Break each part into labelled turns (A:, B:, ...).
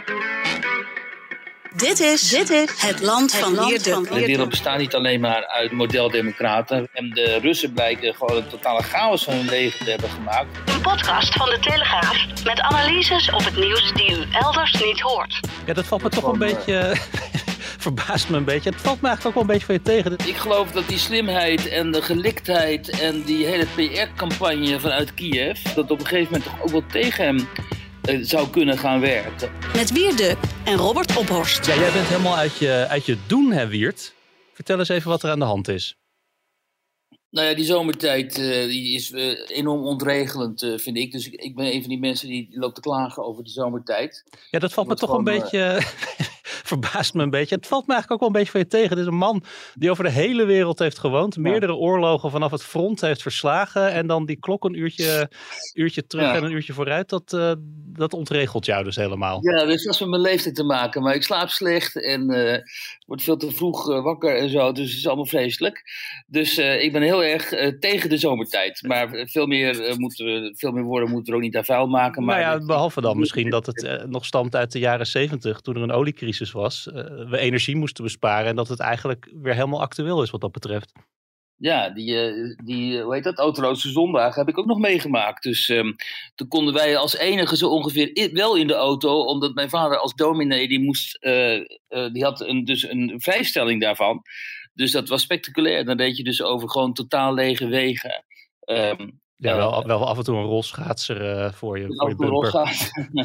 A: Dit is het land van Wierduk.
B: De wereld bestaat niet alleen maar uit modeldemocraten. En de Russen blijken gewoon een totale chaos van hun leger te hebben gemaakt.
A: Een podcast van De Telegraaf met analyses op het nieuws die u elders niet hoort.
C: Ja, dat valt me toch een beetje... verbaast me een beetje. Het valt me eigenlijk ook wel een beetje van je tegen.
B: Ik geloof dat die slimheid en de geliktheid en die hele PR-campagne vanuit Kiev... dat op een gegeven moment toch ook wel tegen hem zou kunnen gaan werken.
A: Met Wierduk en Robert Ophorst.
C: Ja, jij bent helemaal uit je doen, hè, Wierd? Vertel eens even wat er aan de hand is.
B: Nou ja, die zomertijd die is enorm ontregelend, vind ik. Dus ik ben een van die mensen die loopt te klagen over die zomertijd.
C: Ja, dat valt me toch een beetje... verbaast me een beetje. Het valt me eigenlijk ook wel een beetje van je tegen. Het is een man die over de hele wereld heeft gewoond. Meerdere oorlogen vanaf het front heeft verslagen. En dan die klok een uurtje terug en een uurtje vooruit. Dat ontregelt jou dus helemaal. Ja,
B: dat heeft vast met mijn leeftijd te maken. Maar ik slaap slecht en word veel te vroeg wakker en zo. Dus het is allemaal vreselijk. Dus ik ben heel erg tegen de zomertijd. Maar veel meer woorden moeten er ook niet aan vuil maken. Maar
C: nou ja, behalve dan misschien dat het nog stamt uit de jaren 70. Toen er een oliecrisis was. We energie moesten besparen. En dat het eigenlijk weer helemaal actueel is wat dat betreft.
B: Ja, die hoe heet dat, autoloze zondag heb ik ook nog meegemaakt. Dus toen konden wij als enige zo ongeveer wel in de auto, omdat mijn vader als dominee, die had een vrijstelling daarvan. Dus dat was spectaculair. Dan deed je dus over gewoon totaal lege wegen.
C: Ja, wel af en toe een rolschaatser voor je bumper.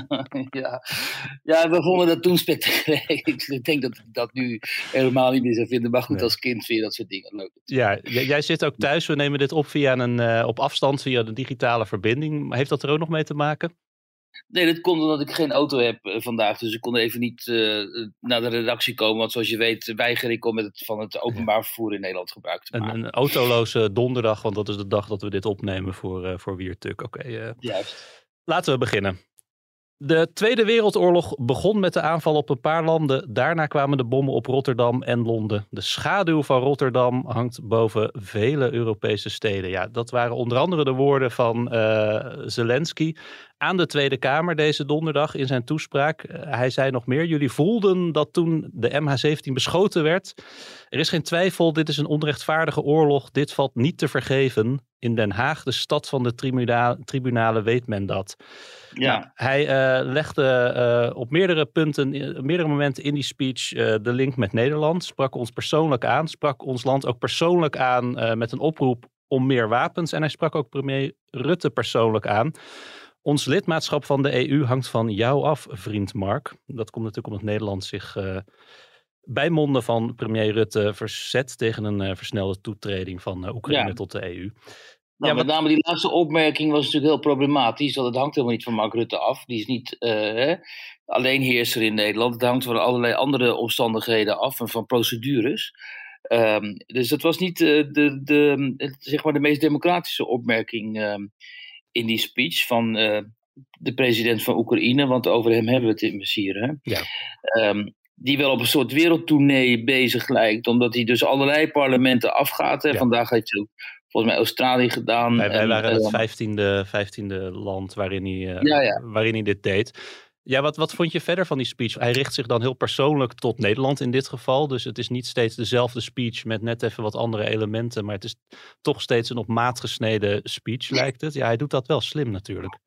B: Ja, we vonden dat toen spectaculair. Ik denk dat ik dat nu helemaal niet meer zou vinden. Maar goed, nee. Als kind vind je dat soort dingen leuk.
C: Ja, jij zit ook thuis. We nemen dit op op afstand via de digitale verbinding. Heeft dat er ook nog mee te maken?
B: Nee, dat komt omdat ik geen auto heb vandaag. Dus ik kon even niet naar de redactie komen. Want zoals je weet weiger ik om van het openbaar vervoer in Nederland gebruik te maken.
C: Een autoloze donderdag, want dat is de dag dat we dit opnemen voor Wierduk. Oké.
B: Juist.
C: Laten we beginnen. De Tweede Wereldoorlog begon met de aanval op een paar landen. Daarna kwamen de bommen op Rotterdam en Londen. De schaduw van Rotterdam hangt boven vele Europese steden. Ja, dat waren onder andere de woorden van Zelensky aan de Tweede Kamer deze donderdag in zijn toespraak. Hij zei nog meer: jullie voelden dat toen de MH17 beschoten werd. Er is geen twijfel, dit is een onrechtvaardige oorlog. Dit valt niet te vergeven. In Den Haag, de stad van de tribunalen, weet men dat.
B: Ja.
C: Nou, hij legde op meerdere momenten in die speech de link met Nederland. Sprak ons persoonlijk aan. Sprak ons land ook persoonlijk aan met een oproep om meer wapens. En hij sprak ook premier Rutte persoonlijk aan. Ons lidmaatschap van de EU hangt van jou af, vriend Mark. Dat komt natuurlijk omdat Nederland zich bij monden van premier Rutte verzet tegen een versnelde toetreding van Oekraïne tot de EU.
B: Nou, met name die laatste opmerking was natuurlijk heel problematisch. Want het hangt helemaal niet van Mark Rutte af. Die is niet alleenheerser in Nederland. Het hangt van allerlei andere omstandigheden af en van procedures. Dus dat was niet zeg maar de meest democratische opmerking in die speech van de president van Oekraïne. Want over hem hebben we het in Messier. Hè?
C: Ja.
B: Die wel op een soort wereldtournee bezig lijkt. Omdat hij dus allerlei parlementen afgaat. Hè? Ja. Vandaag heeft hij ook volgens mij Australië gedaan.
C: Wij waren het 15e land waarin hij dit deed. Ja, wat vond je verder van die speech? Hij richt zich dan heel persoonlijk tot Nederland in dit geval. Dus het is niet steeds dezelfde speech met net even wat andere elementen. Maar het is toch steeds een op maat gesneden speech, lijkt het. Ja, hij doet dat wel slim natuurlijk.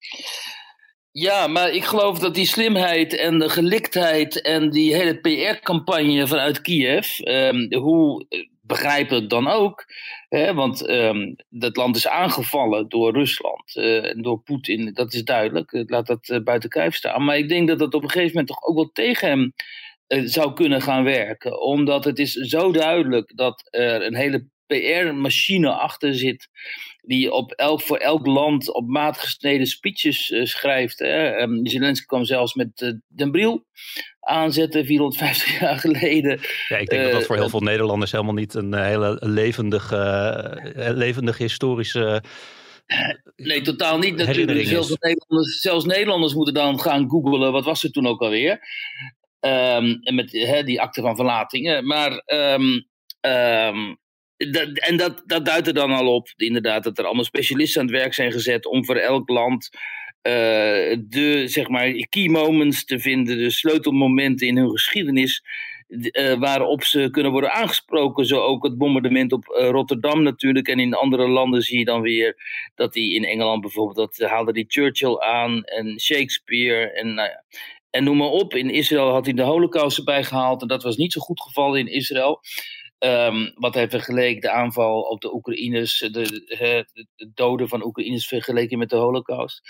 B: Ja, maar ik geloof dat die slimheid en de geliktheid en die hele PR-campagne vanuit Kiev, hoe begrijpelijk dan ook, want dat land is aangevallen door Rusland en door Poetin, dat is duidelijk, laat dat buiten kijf staan. Maar ik denk dat dat op een gegeven moment toch ook wel tegen hem zou kunnen gaan werken, omdat het is zo duidelijk dat er een hele PR-machine achter zit die voor elk land op maat gesneden speeches schrijft. Zelensky kwam zelfs met Den Briel aanzetten 450 jaar geleden.
C: Ja, ik denk dat voor heel veel Nederlanders helemaal niet een hele levendige historische...
B: Nee, totaal niet natuurlijk. Zelfs Nederlanders moeten dan gaan googlen, wat was er toen ook alweer? En met die akte van verlatingen. Maar dat duidt er dan al op, inderdaad, dat er allemaal specialisten aan het werk zijn gezet om voor elk land de, zeg maar, key moments te vinden, de sleutelmomenten in hun geschiedenis, waarop ze kunnen worden aangesproken. Zo ook het bombardement op Rotterdam natuurlijk. En in andere landen zie je dan weer dat die in Engeland bijvoorbeeld, dat haalde die Churchill aan en Shakespeare en nou ja. En noem maar op, in Israël had hij de Holocaust erbij gehaald en dat was niet zo goed gevallen in Israël. Wat hij vergeleek, de aanval op de Oekraïners, de doden van Oekraïners vergeleken met de Holocaust.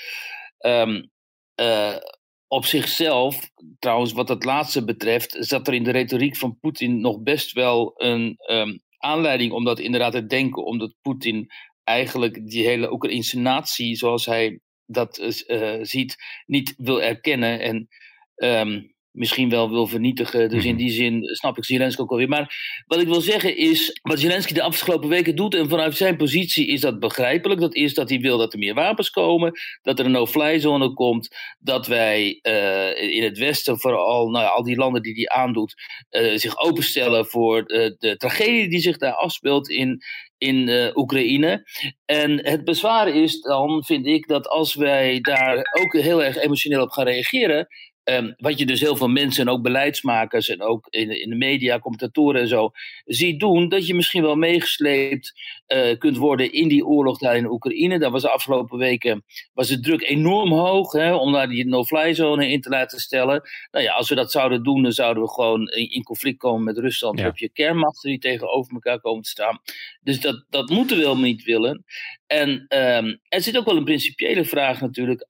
B: Op zichzelf, trouwens wat dat laatste betreft, zat er in de retoriek van Poetin nog best wel een aanleiding om dat inderdaad te denken, omdat Poetin eigenlijk die hele Oekraïnse natie, zoals hij dat ziet, niet wil erkennen en misschien wel wil vernietigen. Dus in die zin snap ik Zelensky ook alweer. Maar wat ik wil zeggen is, wat Zelensky de afgelopen weken doet, en vanuit zijn positie is dat begrijpelijk. Dat is dat hij wil dat er meer wapens komen, dat er een no-fly zone komt, dat wij in het Westen vooral, nou ja, al die landen die hij aandoet, zich openstellen voor de tragedie die zich daar afspeelt in Oekraïne. En het bezwaar is dan, vind ik, dat als wij daar ook heel erg emotioneel op gaan reageren, wat je dus heel veel mensen en ook beleidsmakers en ook in de media, commentatoren en zo ziet doen, dat je misschien wel meegesleept kunt worden in die oorlog daar in Oekraïne. Daar was de afgelopen weken de druk enorm hoog, om daar die no-fly zone in te laten stellen. Nou ja, als we dat zouden doen, dan zouden we gewoon in conflict komen met Rusland. Dan heb je kernmachten die tegenover elkaar komen te staan. Dus dat moeten we helemaal niet willen. En er zit ook wel een principiële vraag natuurlijk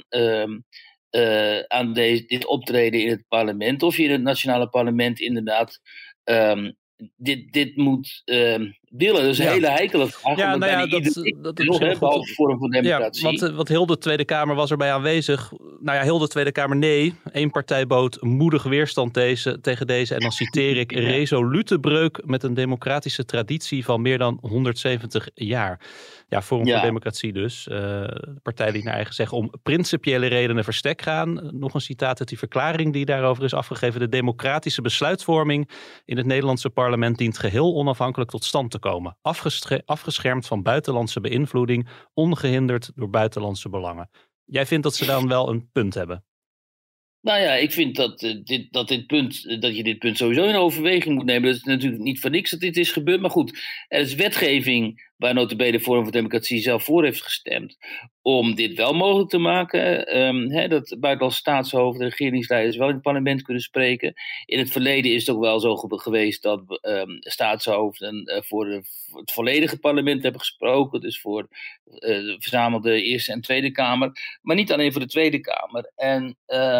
B: aan dit optreden in het parlement, of je in het nationale parlement inderdaad dit moet willen. Dus een hele heikele vraag.
C: Ja, nou ja, dat is een
B: vorm van democratie.
C: Ja, want heel de Tweede Kamer was erbij aanwezig. Nou ja, heel de Tweede Kamer nee. Eén partij bood moedig weerstand tegen deze. En dan citeer ik: resolute breuk met een democratische traditie van meer dan 170 jaar. Ja, Forum voor Democratie dus. De partij die naar eigen zeggen om principiële redenen verstek gaan. Nog een citaat uit die verklaring die daarover is afgegeven. De democratische besluitvorming in het Nederlandse parlement dient geheel onafhankelijk tot stand te komen. Afgeschermd van buitenlandse beïnvloeding, ongehinderd door buitenlandse belangen. Jij vindt dat ze dan wel een punt hebben?
B: Nou ja, ik vind dat je dit punt sowieso in overweging moet nemen. Dat is natuurlijk niet voor niks dat dit is gebeurd. Maar goed, er is wetgeving waar nota bene Forum voor Democratie zelf voor heeft gestemd om dit wel mogelijk te maken. Dat buitenlandse staatshoofden, de regeringsleiders wel in het parlement kunnen spreken. In het verleden is het ook wel zo geweest dat staatshoofden voor het volledige parlement hebben gesproken. Dus voor de verzamelde Eerste en Tweede Kamer. Maar niet alleen voor de Tweede Kamer. En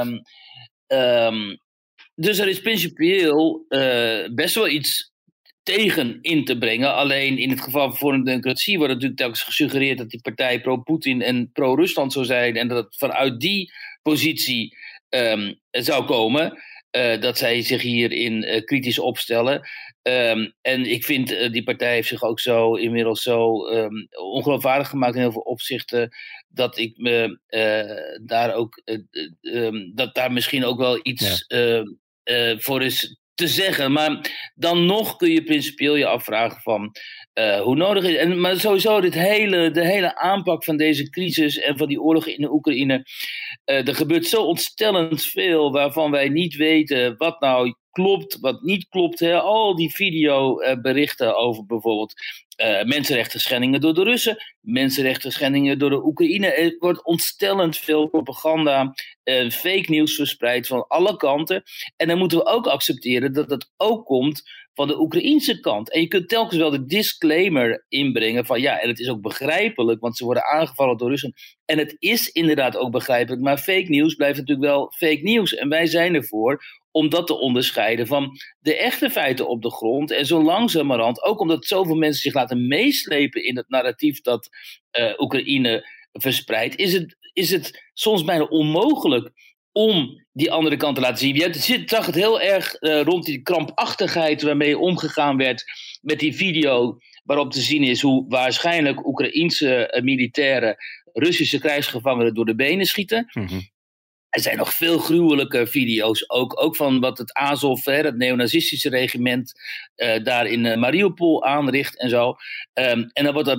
B: dus er is principieel best wel iets tegen in te brengen. Alleen in het geval van Forum voor Democratie wordt natuurlijk telkens gesuggereerd dat die partij pro-Poetin en pro-Rusland zou zijn en dat het vanuit die positie zou komen. Dat zij zich hierin kritisch opstellen. En ik vind die partij heeft zich ook inmiddels zo ongeloofwaardig gemaakt in heel veel opzichten, dat ik me daar ook dat daar misschien ook wel iets voor is te zeggen. Maar dan nog kun je principieel je afvragen van hoe nodig is. Maar sowieso de hele aanpak van deze crisis en van die oorlog in de Oekraïne. Er gebeurt zo ontstellend veel waarvan wij niet weten wat nou klopt, wat niet klopt. Hè? Al die videoberichten over bijvoorbeeld mensenrechten schendingen door de Russen, mensenrechten schendingen door de Oekraïne. Er wordt ontstellend veel propaganda, fake nieuws verspreid van alle kanten. En dan moeten we ook accepteren dat dat ook komt van de Oekraïense kant. En je kunt telkens wel de disclaimer inbrengen van ja, en het is ook begrijpelijk, want ze worden aangevallen door Russen. En het is inderdaad ook begrijpelijk, maar fake nieuws blijft natuurlijk wel fake nieuws. En wij zijn ervoor om dat te onderscheiden van de echte feiten op de grond. En zo langzamerhand, ook omdat zoveel mensen zich laten meeslepen in het narratief dat Oekraïne verspreidt, is het soms bijna onmogelijk om die andere kant te laten zien. Je zag het heel erg rond die krampachtigheid waarmee omgegaan werd met die video waarop te zien is hoe waarschijnlijk Oekraïense militairen Russische krijgsgevangenen door de benen schieten. Mm-hmm. Er zijn nog veel gruwelijke video's, ook van wat het Azov, het neonazistische regiment, daar in Mariupol aanricht en zo. En dan wordt er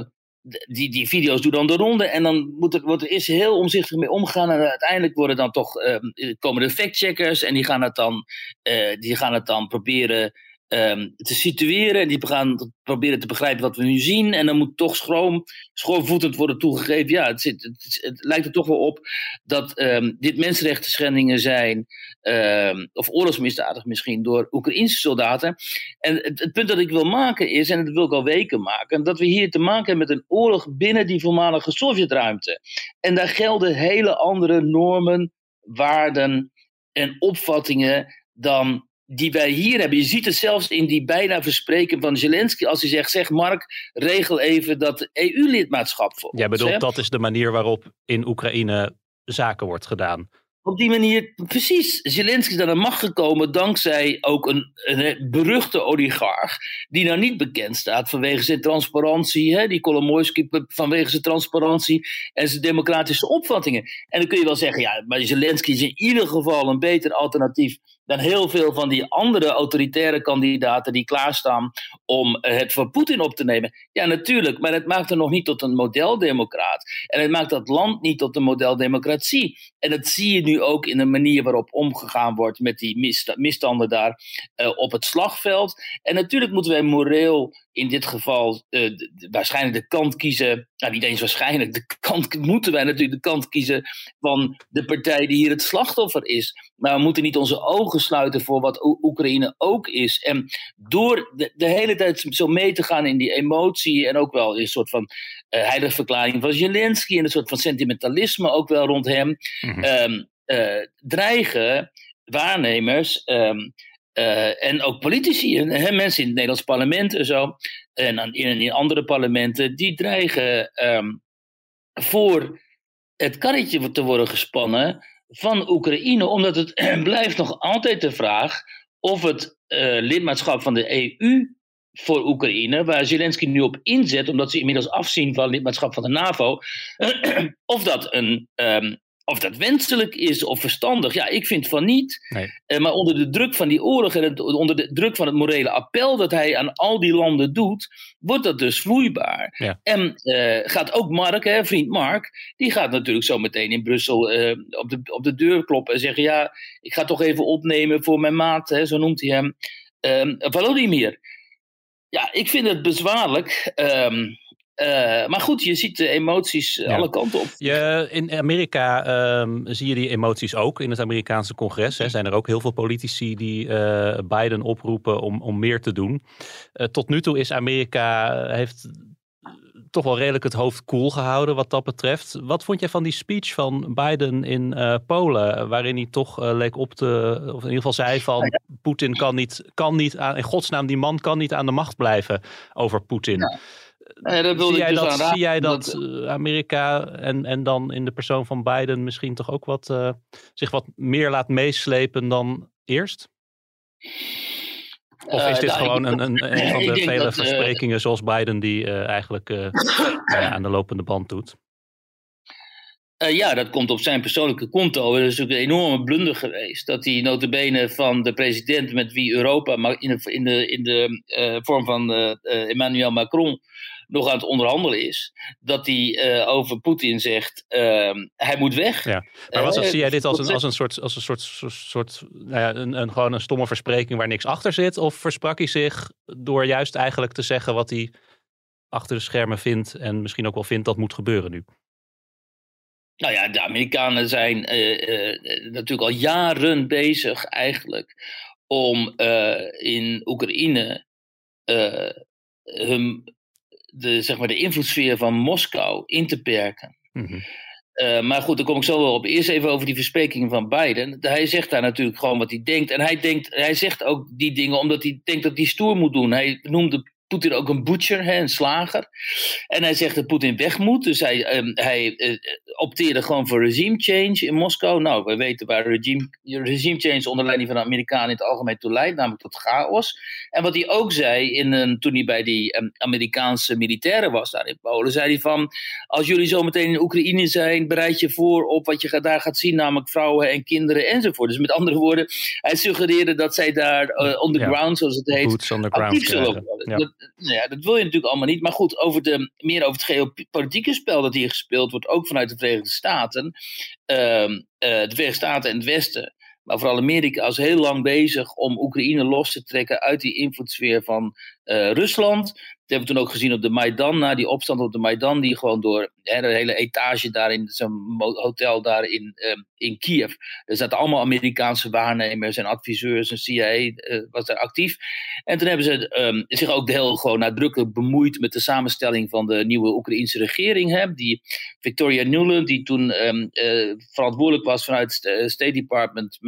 B: die video's doen dan de ronde en dan wordt er eerst heel omzichtig mee omgaan en uiteindelijk worden dan toch, komen de factcheckers en die gaan het dan proberen te situeren en die gaan proberen te begrijpen wat we nu zien en dan moet toch schoonvoetend worden toegegeven. Ja, het lijkt er toch wel op dat dit mensenrechten schendingen zijn of oorlogsmisdadig misschien door Oekraïnse soldaten. En het punt dat ik wil maken is, en dat wil ik al weken maken, dat we hier te maken hebben met een oorlog binnen die voormalige Sovjetruimte. En daar gelden hele andere normen, waarden en opvattingen dan die wij hier hebben. Je ziet het zelfs in die bijna verspreken van Zelensky als hij zegt, zeg Mark, regel even dat EU-lidmaatschap voor ons.
C: Jij bedoelt, dat is de manier waarop in Oekraïne zaken wordt gedaan.
B: Op die manier, precies. Zelensky is aan de macht gekomen dankzij ook een beruchte oligarch, die nou niet bekend staat vanwege zijn transparantie, hè, die Kolomoisky vanwege zijn transparantie en zijn democratische opvattingen. En dan kun je wel zeggen, ja, maar Zelensky is in ieder geval een beter alternatief dan heel veel van die andere autoritaire kandidaten die klaarstaan om het voor Poetin op te nemen. Ja, natuurlijk, maar het maakt hem nog niet tot een modeldemocraat. En het maakt dat land niet tot een modeldemocratie. En dat zie je nu ook in de manier waarop omgegaan wordt met die misstanden daar op het slagveld. En natuurlijk moeten wij moreel in dit geval waarschijnlijk de kant kiezen. Nou, niet eens waarschijnlijk. Moeten wij natuurlijk de kant kiezen van de partij die hier het slachtoffer is. Maar we moeten niet onze ogen sluiten voor wat Oekraïne ook is. En door de hele tijd zo mee te gaan in die emotie en ook wel in een soort van heilige verklaring van Zelensky en een soort van sentimentalisme ook wel rond hem, dreigen waarnemers en ook politici en mensen in het Nederlands parlement en zo en in andere parlementen, die dreigen voor het karretje te worden gespannen van Oekraïne, omdat het blijft nog altijd de vraag of het lidmaatschap van de EU voor Oekraïne, waar Zelensky nu op inzet, omdat ze inmiddels afzien van lidmaatschap van de NAVO, of dat wenselijk is of verstandig. Ja, ik vind van niet. Nee. Maar onder de druk van die oorlog en onder de druk van het morele appel dat hij aan al die landen doet, wordt dat dus vloeibaar. Ja. En gaat ook Mark, vriend Mark, die gaat natuurlijk zo meteen in Brussel op de deur kloppen en zeggen, ja, ik ga toch even opnemen voor mijn maat, zo noemt hij hem, Volodymyr. Ja, ik vind het bezwaarlijk. Maar goed, je ziet de emoties alle kanten op.
C: In Amerika zie je die emoties ook in het Amerikaanse congres. Zijn er ook heel veel politici die Biden oproepen om meer te doen. Tot nu toe is heeft toch wel redelijk het hoofd koel gehouden wat dat betreft. Wat vond jij van die speech van Biden in Polen, waarin hij toch leek of in ieder geval zei van Poetin kan niet in godsnaam, die man kan niet aan de macht blijven over Poetin. Ja. Zie jij dat Amerika en dan in de persoon van Biden misschien toch ook zich wat meer laat meeslepen dan eerst? Of is dit gewoon een van de vele versprekingen zoals Biden die eigenlijk aan de lopende band doet?
B: Ja, dat komt op zijn persoonlijke konto. Dat is natuurlijk een enorme blunder geweest. Dat hij nota bene van de president met wie Europa in de vorm van Emmanuel Macron nog aan het onderhandelen is, dat hij over Poetin zegt, hij moet weg. Ja.
C: Maar zie jij dit als een soort gewoon een stomme verspreking waar niks achter zit? Of versprak hij zich door juist eigenlijk te zeggen wat hij achter de schermen vindt en misschien ook wel vindt dat moet gebeuren nu?
B: Nou ja, de Amerikanen zijn natuurlijk al jaren bezig eigenlijk om in Oekraïne de invloedssfeer van Moskou in te perken. Mm-hmm. Maar goed, daar kom ik zo wel op. Eerst even over die versprekingen van Biden. Hij zegt daar natuurlijk gewoon wat hij denkt. En hij zegt ook die dingen omdat hij denkt dat hij stoer moet doen. Hij noemde Poetin ook een butcher, een slager. En hij zegt dat Poetin weg moet. Dus hij opteerde gewoon voor regime change in Moskou. Nou, we weten waar regime change onder leiding van de Amerikanen in het algemeen toe leidt, namelijk tot chaos. En wat hij ook zei toen hij bij die Amerikaanse militairen was daar in Polen, zei hij van, als jullie zo meteen in Oekraïne zijn, bereid je voor op wat je daar gaat zien, namelijk vrouwen en kinderen enzovoort. Dus met andere woorden, hij suggereerde dat zij daar on the ground, zoals het heet, actief zullen worden. Ja. dat wil je natuurlijk allemaal niet. Maar goed, meer over het geopolitieke spel dat hier gespeeld wordt, ook vanuit de Verenigde Staten. De Verenigde Staten en het Westen, maar vooral Amerika, is heel lang bezig om Oekraïne los te trekken uit die invloedssfeer van Rusland. Dat hebben we toen ook gezien op de Maidan, na die opstand op de Maidan, die gewoon door de hele etage daar in zo'n hotel daar in Kiev. Er zaten allemaal Amerikaanse waarnemers en adviseurs en CIA was daar actief. En toen hebben ze zich ook heel gewoon nadrukkelijk bemoeid met de samenstelling van de nieuwe Oekraïnse regering. Hè? Die Victoria Nuland, die toen verantwoordelijk was vanuit het State Department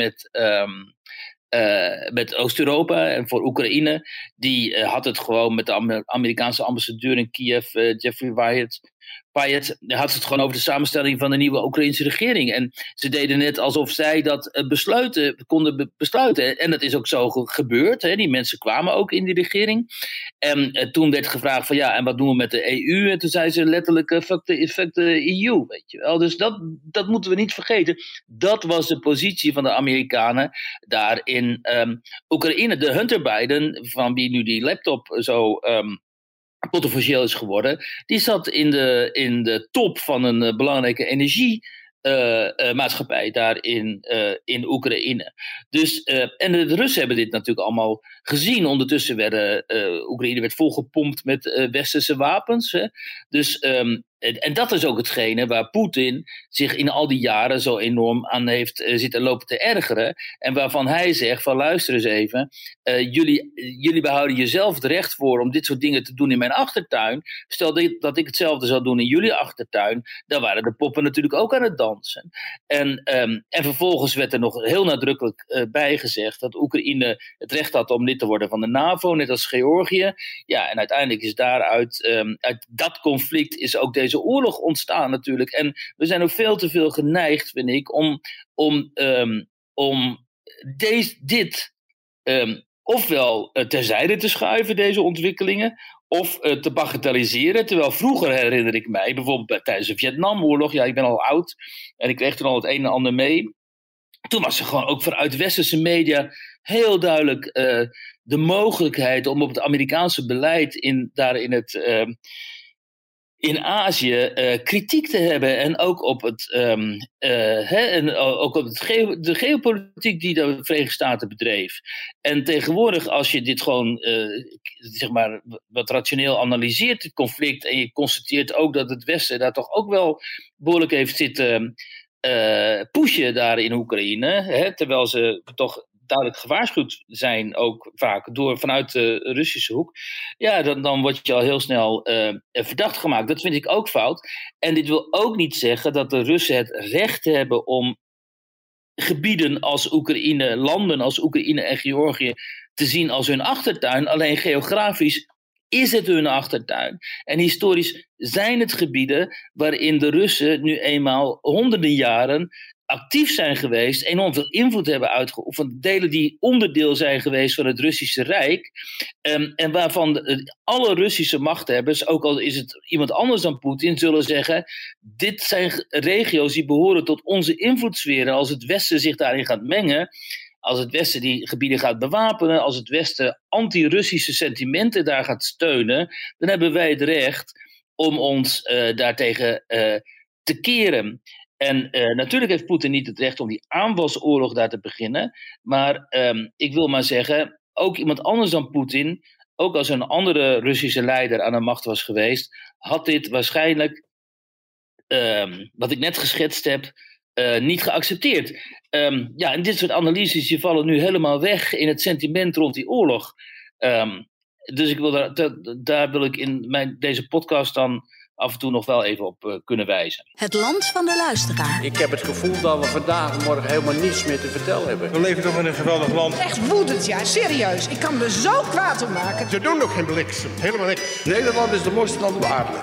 B: met Oost-Europa en voor Oekraïne, die had het gewoon met de Amerikaanse ambassadeur in Kiev, Jeffrey Wyatt, had het gewoon over de samenstelling van de nieuwe Oekraïnse regering. En ze deden net alsof zij dat konden besluiten. En dat is ook zo gebeurd. Hè. Die mensen kwamen ook in die regering. En toen werd gevraagd van en wat doen we met de EU? En toen zei ze letterlijk, fuck the EU, weet je wel. Dus dat moeten we niet vergeten. Dat was de positie van de Amerikanen daar in Oekraïne. De Hunter Biden, van wie nu die laptop zo controversieel is geworden, die zat in de top van een belangrijke energiemaatschappij daar in Oekraïne. Dus, en de Russen hebben dit natuurlijk allemaal gezien. Ondertussen Oekraïne werd volgepompt met westerse wapens. Hè. Dus, en dat is ook hetgene waar Poetin zich in al die jaren zo enorm aan heeft zitten lopen te ergeren. En waarvan hij zegt van luister eens even, jullie behouden jezelf het recht voor om dit soort dingen te doen in mijn achtertuin. Stel dat ik hetzelfde zou doen in jullie achtertuin, dan waren de poppen natuurlijk ook aan het dansen. En vervolgens werd er nog heel nadrukkelijk bij gezegd dat Oekraïne het recht had om lid te worden van de NAVO, net als Georgië. Ja, en uiteindelijk is daaruit uit dat conflict is ook deze oorlog ontstaan natuurlijk. En we zijn ook veel te veel geneigd, vind ik, om dit ofwel terzijde te schuiven, deze ontwikkelingen, of te bagatelliseren. Terwijl vroeger, herinner ik mij, bijvoorbeeld tijdens de Vietnamoorlog, ik ben al oud en ik kreeg toen al het een en ander mee. Toen was er gewoon ook vanuit westerse media heel duidelijk de mogelijkheid om op het Amerikaanse beleid in Azië kritiek te hebben en ook op de geopolitiek die de Verenigde Staten bedreef. En tegenwoordig, als je dit gewoon wat rationeel analyseert, het conflict, en je constateert ook dat het Westen daar toch ook wel behoorlijk heeft zitten pushen daar in Oekraïne, terwijl ze toch duidelijk gewaarschuwd zijn, ook vaak vanuit de Russische hoek, dan word je al heel snel verdacht gemaakt. Dat vind ik ook fout. En dit wil ook niet zeggen dat de Russen het recht hebben om gebieden als Oekraïne, landen als Oekraïne en Georgië te zien als hun achtertuin. Alleen geografisch is het hun achtertuin. En historisch zijn het gebieden waarin de Russen nu eenmaal honderden jaren actief zijn geweest, enorm veel invloed hebben uitgeoefend, delen die onderdeel zijn geweest van het Russische Rijk, en waarvan alle Russische machthebbers, ook al is het iemand anders dan Poetin, zullen zeggen, dit zijn regio's die behoren tot onze invloedssferen. Als het Westen zich daarin gaat mengen, als het Westen die gebieden gaat bewapenen, als het Westen anti-Russische sentimenten daar gaat steunen, dan hebben wij het recht om ons daartegen te keren. En natuurlijk heeft Poetin niet het recht om die aanvalsoorlog daar te beginnen. Maar ik wil maar zeggen, ook iemand anders dan Poetin, ook als een andere Russische leider aan de macht was geweest, had dit waarschijnlijk, wat ik net geschetst heb, niet geaccepteerd. En dit soort analyses die vallen nu helemaal weg in het sentiment rond die oorlog. Dus ik wil daar wil ik in deze podcast dan af en toe nog wel even op kunnen wijzen.
D: Het land van de luisteraar.
E: Ik heb het gevoel dat we vandaag en morgen helemaal niets meer te vertellen hebben.
F: We leven toch in een geweldig land.
G: Echt woedend, ja, serieus. Ik kan me zo kwaad om maken.
F: Ze doen nog geen bliksem, helemaal niks.
E: Nederland is de mooiste land op aarde.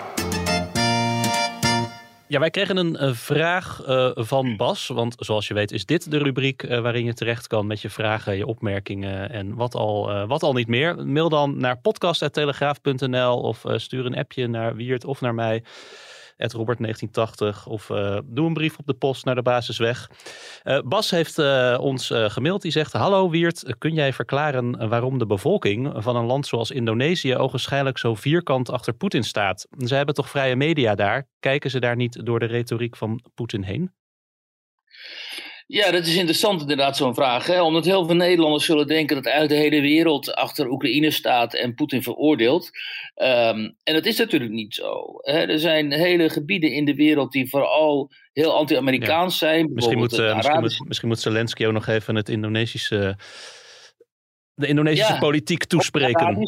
C: Ja, wij kregen een vraag van Bas. Want zoals je weet is dit de rubriek waarin je terecht kan met je vragen, je opmerkingen en wat al niet meer. Mail dan naar podcast@telegraaf.nl of stuur een appje naar Wiert of naar mij. @Robert1980 of doe een brief op de post naar de basisweg. Bas heeft ons gemaild. Die zegt: hallo Wiert, kun jij verklaren waarom de bevolking van een land zoals Indonesië ogenschijnlijk zo vierkant achter Poetin staat? Zij hebben toch vrije media daar? Kijken ze daar niet door de retoriek van Poetin heen?
B: Ja, dat is interessant inderdaad, zo'n vraag. Hè? Omdat heel veel Nederlanders zullen denken dat eigenlijk de hele wereld achter Oekraïne staat en Poetin veroordeelt. En dat is natuurlijk niet zo. Hè? Er zijn hele gebieden in de wereld die vooral heel anti-Amerikaans zijn.
C: Misschien moet Zelensky ook nog even de Indonesische politiek toespreken.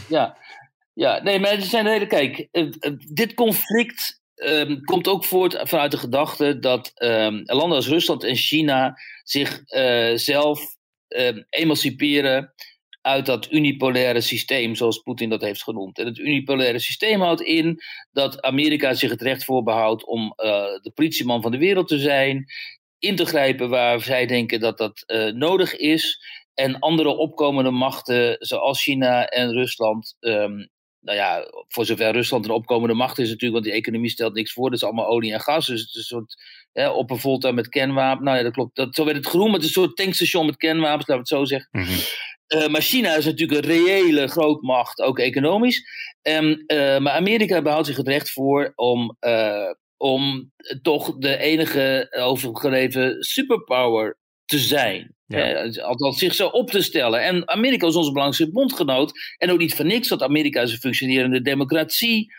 B: Nee, maar er zijn hele. Dit conflict komt ook voort vanuit de gedachte dat landen als Rusland en China zich zelf emanciperen uit dat unipolaire systeem, zoals Poetin dat heeft genoemd. En het unipolaire systeem houdt in dat Amerika zich het recht voorbehoudt om de politieman van de wereld te zijn, in te grijpen waar zij denken dat dat nodig is, en andere opkomende machten zoals China en Rusland. Voor zover Rusland een opkomende macht is natuurlijk, want die economie stelt niks voor. Dat is allemaal olie en gas. Dus het is een soort oppervolta met kernwapens. Nou ja, dat klopt. Zo werd het genoemd. Het is een soort tankstation met kernwapens, laten we het zo zeggen. Mm-hmm. Maar China is natuurlijk een reële grootmacht, ook economisch. Maar Amerika behoudt zich het recht voor om toch de enige overgeleverde superpower te zijn. Ja. Althans zich zo op te stellen. En Amerika is onze belangrijkste bondgenoot. En ook niet voor niks, want Amerika is een functionerende democratie.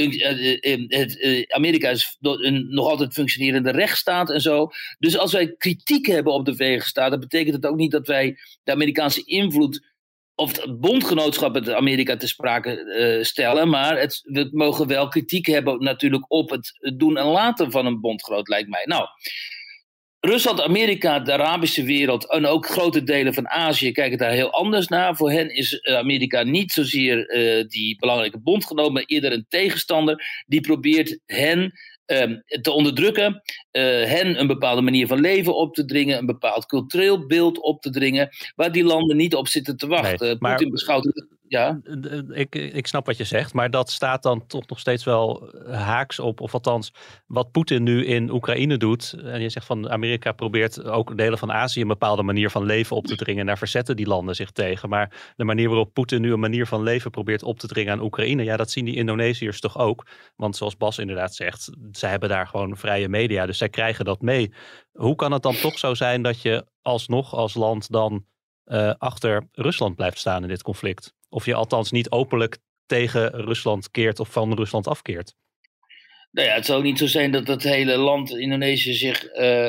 B: Amerika is nog altijd een functionerende rechtsstaat en zo. Dus als wij kritiek hebben op de Verenigde Staten, dan betekent het ook niet dat wij de Amerikaanse invloed of het bondgenootschap met Amerika te sprake stellen. Maar we mogen wel kritiek hebben natuurlijk op het doen en laten van een bondgenoot, lijkt mij. Nou, Rusland, Amerika, de Arabische wereld en ook grote delen van Azië kijken daar heel anders naar. Voor hen is Amerika niet zozeer die belangrijke bondgenoot, maar eerder een tegenstander die probeert hen te onderdrukken, hen een bepaalde manier van leven op te dringen, een bepaald cultureel beeld op te dringen, waar die landen niet op zitten te wachten.
C: Nee,
B: Poetin beschouwt het. Ja.
C: Ik snap wat je zegt, maar dat staat dan toch nog steeds wel haaks op, of althans wat Poetin nu in Oekraïne doet. En je zegt van Amerika probeert ook delen van Azië een bepaalde manier van leven op te dringen. Daar verzetten die landen zich tegen. Maar de manier waarop Poetin nu een manier van leven probeert op te dringen aan Oekraïne, ja, dat zien die Indonesiërs toch ook. Want zoals Bas inderdaad zegt, zij hebben daar gewoon vrije media, dus zij krijgen dat mee. Hoe kan het dan toch zo zijn dat je alsnog als land dan achter Rusland blijft staan in dit conflict? Of je althans niet openlijk tegen Rusland keert of van Rusland afkeert?
B: Nou ja, het zou niet zo zijn dat het hele land Indonesië zich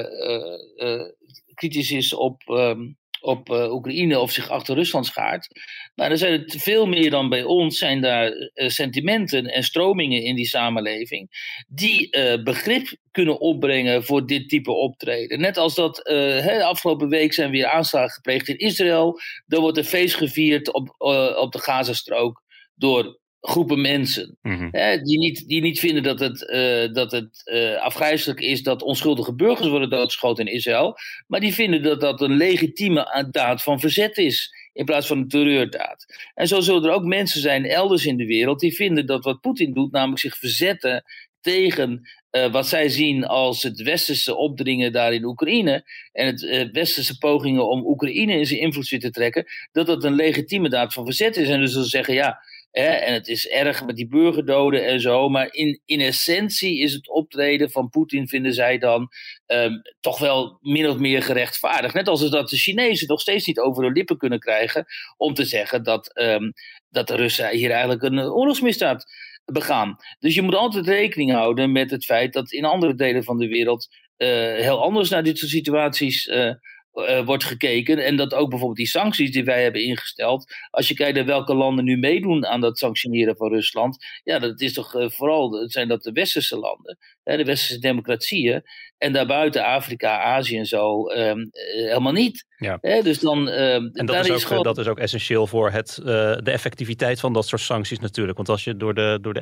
B: kritisch is op Oekraïne of zich achter Rusland schaart. Maar er zijn het veel meer dan bij ons, zijn daar sentimenten en stromingen in die samenleving die begrip kunnen opbrengen voor dit type optreden. Net als dat de afgelopen week zijn weer aanslagen gepleegd in Israël. Er wordt een feest gevierd op de Gazastrook door groepen mensen. Mm-hmm. Die niet vinden dat het afgrijselijk is dat onschuldige burgers worden doodgeschoten in Israël. Maar die vinden dat dat een legitieme daad van verzet is, in plaats van een terreurdaad. En zo zullen er ook mensen zijn elders in de wereld die vinden dat wat Poetin doet, namelijk zich verzetten tegen wat zij zien als het westerse opdringen daar in Oekraïne en het westerse pogingen om Oekraïne in zijn invloedssfeer te trekken, dat dat een legitieme daad van verzet is. En dus zullen zeggen, ja, en het is erg met die burgerdoden en zo, maar in essentie is het optreden van Poetin, vinden zij dan, toch wel min of meer gerechtvaardigd. Net als dat de Chinezen nog steeds niet over hun lippen kunnen krijgen om te zeggen dat de Russen hier eigenlijk een oorlogsmisdaad begaan. Dus je moet altijd rekening houden met het feit dat in andere delen van de wereld heel anders naar dit soort situaties wordt gekeken. En dat ook bijvoorbeeld die sancties die wij hebben ingesteld, als je kijkt naar welke landen nu meedoen aan dat sanctioneren van Rusland, ja, dat is toch zijn dat de westerse landen, de westerse democratieën, en daarbuiten Afrika, Azië en zo helemaal niet. Ja. Dus dan,
C: en dat is ook essentieel voor de effectiviteit van dat soort sancties natuurlijk. Want als je door de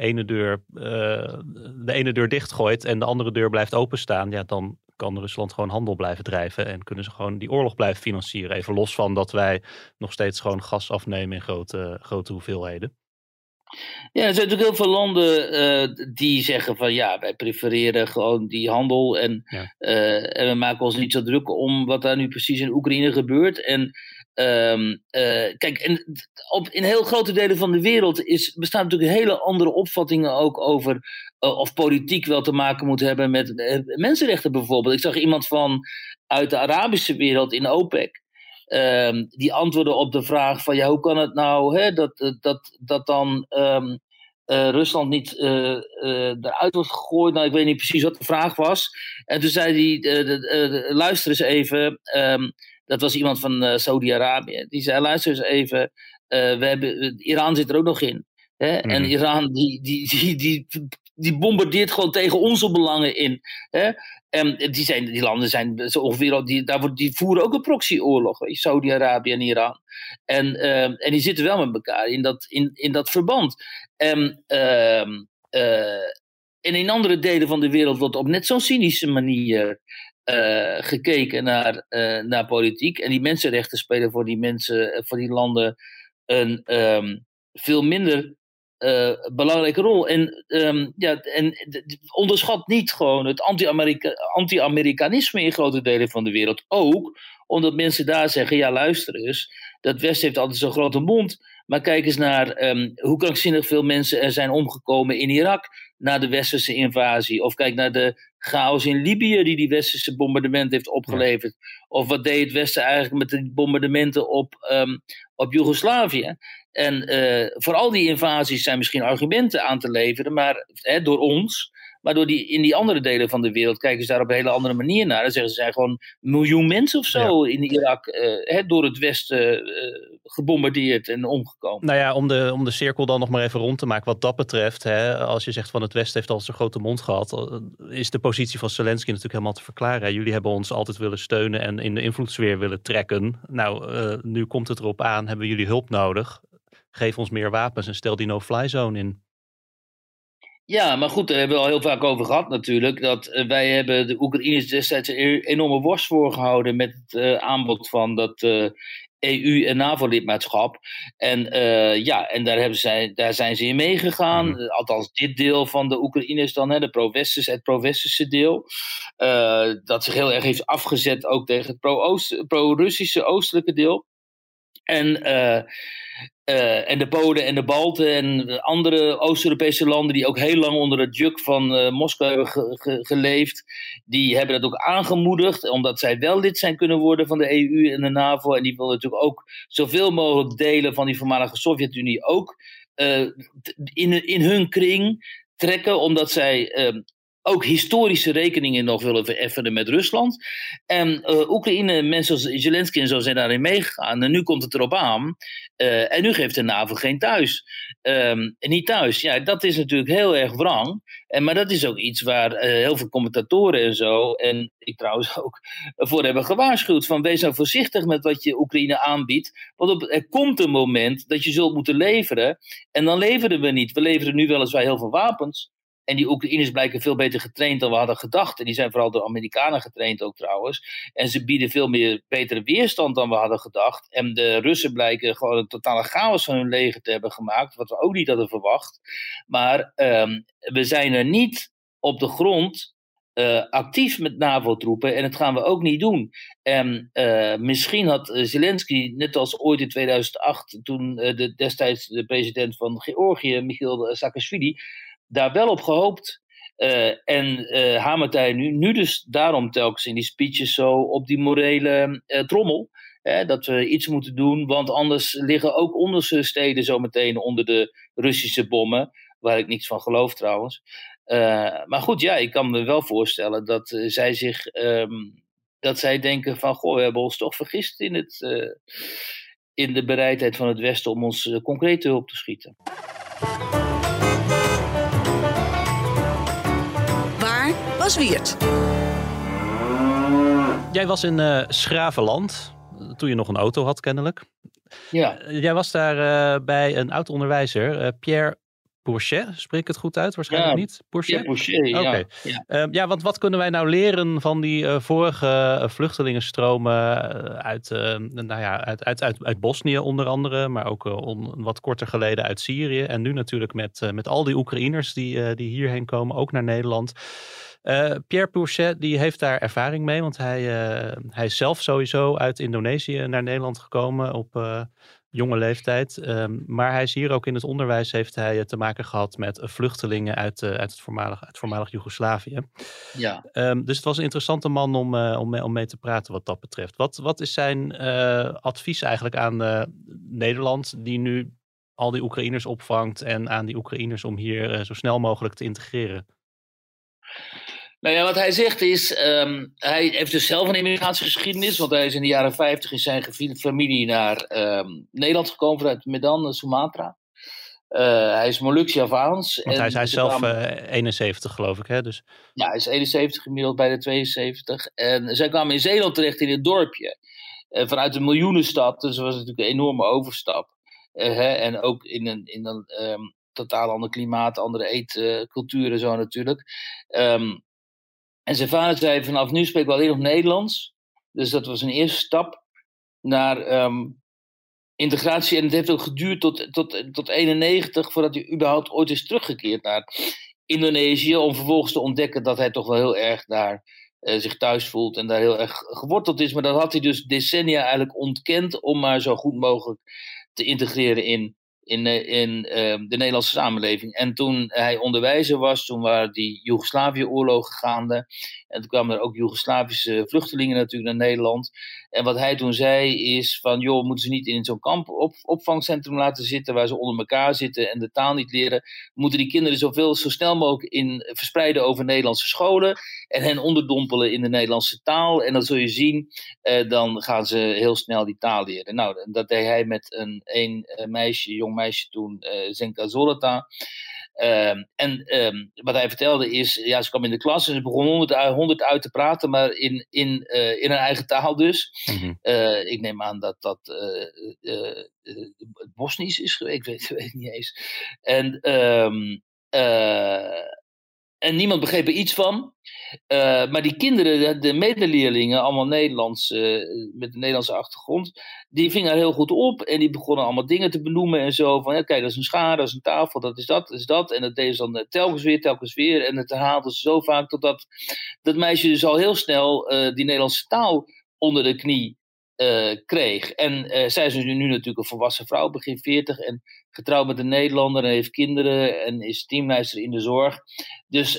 C: ene deur dichtgooit en de andere deur blijft openstaan, ja, dan kan Rusland gewoon handel blijven drijven en kunnen ze gewoon die oorlog blijven financieren. Even los van dat wij nog steeds gewoon gas afnemen in grote hoeveelheden.
B: Ja, er zijn natuurlijk heel veel landen die zeggen van ja, wij prefereren gewoon die handel en we maken ons niet zo druk om wat daar nu precies in Oekraïne gebeurt. En kijk, in heel grote delen van de wereld bestaan natuurlijk hele andere opvattingen ook over of politiek wel te maken moet hebben met mensenrechten bijvoorbeeld. Ik zag iemand uit de Arabische wereld in OPEC. Die antwoorden op de vraag van ja, hoe kan het nou dat dan Rusland niet eruit wordt gegooid? Nou, ik weet niet precies wat de vraag was. En toen zei hij, luister eens even, dat was iemand van Saudi-Arabië. Die zei, luister eens even, Iran zit er ook nog in. Hè? Mm-hmm. En Iran die bombardeert gewoon tegen onze belangen in. Hè? En die landen zijn zo ongeveer, die voeren ook een proxyoorlog, Saudi-Arabië en Iran. En die zitten wel met elkaar in dat verband. En in andere delen van de wereld wordt op net zo'n cynische manier gekeken naar politiek. En die mensenrechten spelen voor die landen een veel minder belangrijke rol. En onderschat niet gewoon het anti-Amerikanisme in grote delen van de wereld. Ook omdat mensen daar zeggen, ja luister eens, dat Westen heeft altijd zo'n grote mond, maar kijk eens naar hoe krankzinnig veel mensen er zijn omgekomen in Irak na de westerse invasie. Of kijk naar de chaos in Libië die westerse bombardement heeft opgeleverd. Ja. Of wat deed het Westen eigenlijk met de bombardementen op Joegoslavië. En voor al die invasies zijn misschien argumenten aan te leveren, maar door ons. Maar in die andere delen van de wereld kijken ze daar op een hele andere manier naar. Dan zeggen ze, zijn gewoon 1 miljoen mensen of zo in Irak door het Westen gebombardeerd en omgekomen.
C: Nou ja, om de cirkel dan nog maar even rond te maken wat dat betreft. Als je zegt van het Westen heeft al zo'n grote mond gehad, is de positie van Zelensky natuurlijk helemaal te verklaren. Jullie hebben ons altijd willen steunen en in de invloedssfeer willen trekken. Nou, nu komt het erop aan, hebben jullie hulp nodig? Geef ons meer wapens en stel die no-fly zone in.
B: Ja, maar goed, daar hebben we al heel vaak over gehad natuurlijk. Dat wij hebben de Oekraïners destijds een enorme worst voorgehouden met het aanbod van dat EU- en NAVO-lidmaatschap. En daar zijn ze in meegegaan. Althans, dit deel van de Oekraïners dan, het pro-Westerse deel. Dat zich heel erg heeft afgezet ook tegen het pro-Russische oostelijke deel. En de Polen en de Balten en andere Oost-Europese landen die ook heel lang onder het juk van Moskou hebben geleefd, die hebben dat ook aangemoedigd, omdat zij wel lid zijn kunnen worden van de EU en de NAVO. En die willen natuurlijk ook zoveel mogelijk delen van die voormalige Sovjet-Unie ook in hun kring trekken, omdat zij ook historische rekeningen nog willen vereffenen met Rusland. En Oekraïne, mensen als Zelensky en zo zijn daarin meegegaan. En nu komt het erop aan. En nu geeft de NAVO niet thuis. Ja, dat is natuurlijk heel erg wrang. Maar dat is ook iets waar heel veel commentatoren en zo, en ik trouwens ook, voor hebben gewaarschuwd. Van wees nou voorzichtig met wat je Oekraïne aanbiedt. Want er komt een moment dat je zult moeten leveren. En dan leveren we niet. We leveren nu weliswaar heel veel wapens. En die Oekraïners blijken veel beter getraind dan we hadden gedacht. En die zijn vooral door Amerikanen getraind ook trouwens. En ze bieden veel betere weerstand dan we hadden gedacht. En de Russen blijken gewoon een totale chaos van hun leger te hebben gemaakt. Wat we ook niet hadden verwacht. Maar we zijn er niet op de grond actief met NAVO-troepen. En dat gaan we ook niet doen. En misschien had Zelensky, net als ooit in 2008... toen destijds de president van Georgië, Michail Saakashvili, daar wel op gehoopt. En hamert hij nu dus daarom telkens in die speeches zo op die morele trommel. Dat we iets moeten doen, want anders liggen ook onze steden zo meteen onder de Russische bommen. Waar ik niks van geloof trouwens. Maar goed, ja, ik kan me wel voorstellen dat zij denken van, goh, we hebben ons toch vergist in de bereidheid van het Westen om ons concreet te hulp te schieten.
D: Was Wiert.
C: Jij was in Schravenland, toen je nog een auto had kennelijk.
B: Ja.
C: Jij was daar bij een oud-onderwijzer, Pierre Pourchet, spreek ik het goed uit? Waarschijnlijk niet. Pourchet?
B: Pourchet,
C: Oké.
B: ja.
C: Want wat kunnen wij nou leren van die vorige vluchtelingenstromen uit Bosnië onder andere, maar ook wat korter geleden uit Syrië en nu natuurlijk met al die Oekraïners die hierheen komen, ook naar Nederland. Pierre Pourchet die heeft daar ervaring mee, want hij is zelf sowieso uit Indonesië naar Nederland gekomen op jonge leeftijd. Maar hij is hier ook in het onderwijs heeft hij te maken gehad met vluchtelingen uit het voormalig Joegoslavië.
B: Ja.
C: Dus het was een interessante man om mee te praten wat dat betreft. Wat is zijn advies eigenlijk aan Nederland die nu al die Oekraïners opvangt en aan die Oekraïners om hier zo snel mogelijk te integreren?
B: Nou ja, wat hij zegt is, hij heeft dus zelf een immigratiegeschiedenis, want hij is in de jaren 50 in zijn familie naar Nederland gekomen vanuit Medan, Sumatra. Hij is Molukse-Javaans.
C: Want hij is zelf 71 geloof ik, hè? Dus...
B: Ja, hij is 71 gemiddeld bij de 72. En zij kwamen in Zeeland terecht in het dorpje. Vanuit een miljoenenstad, dus dat was natuurlijk een enorme overstap. En ook in een totaal ander klimaat, andere eetcultuur en zo natuurlijk. En zijn vader zei, vanaf nu spreken we alleen nog Nederlands. Dus dat was een eerste stap naar integratie. En het heeft ook geduurd tot 91 voordat hij überhaupt ooit is teruggekeerd naar Indonesië. Om vervolgens te ontdekken dat hij toch wel heel erg daar zich thuis voelt en daar heel erg geworteld is. Maar dat had hij dus decennia eigenlijk ontkend om maar zo goed mogelijk te integreren in de Nederlandse samenleving. En toen hij onderwijzer was, toen waren die Joegoslavië-oorlogen gaande. En toen kwamen er ook Joegoslavische vluchtelingen natuurlijk naar Nederland. En wat hij toen zei is van, joh, moeten ze niet in zo'n opvangcentrum laten zitten waar ze onder elkaar zitten en de taal niet leren. Moeten die kinderen zo snel mogelijk verspreiden over Nederlandse scholen en hen onderdompelen in de Nederlandse taal. En dan zul je zien, dan gaan ze heel snel die taal leren. Nou, dat deed hij met een jong meisje toen, Zenka Zolata. Wat hij vertelde is, ja, ze kwam in de klas en ze begon 100 uit te praten, maar in haar eigen taal dus. Mm-hmm. Ik neem aan dat het Bosnisch is geweest, ik weet het niet eens. En niemand begreep er iets van. Maar die kinderen, de medeleerlingen, allemaal Nederlands, met een Nederlandse achtergrond, die vingen er heel goed op. En die begonnen allemaal dingen te benoemen en zo. Van, ja, kijk, dat is een schaar, dat is een tafel, dat is dat, dat is dat. En dat deden ze dan telkens weer. En het herhaalden ze zo vaak totdat dat meisje dus al heel snel die Nederlandse taal onder de knie kreeg. En zij is nu natuurlijk een volwassen vrouw, begin 40 en getrouwd met een Nederlander en heeft kinderen en is teamleider in de zorg. Dus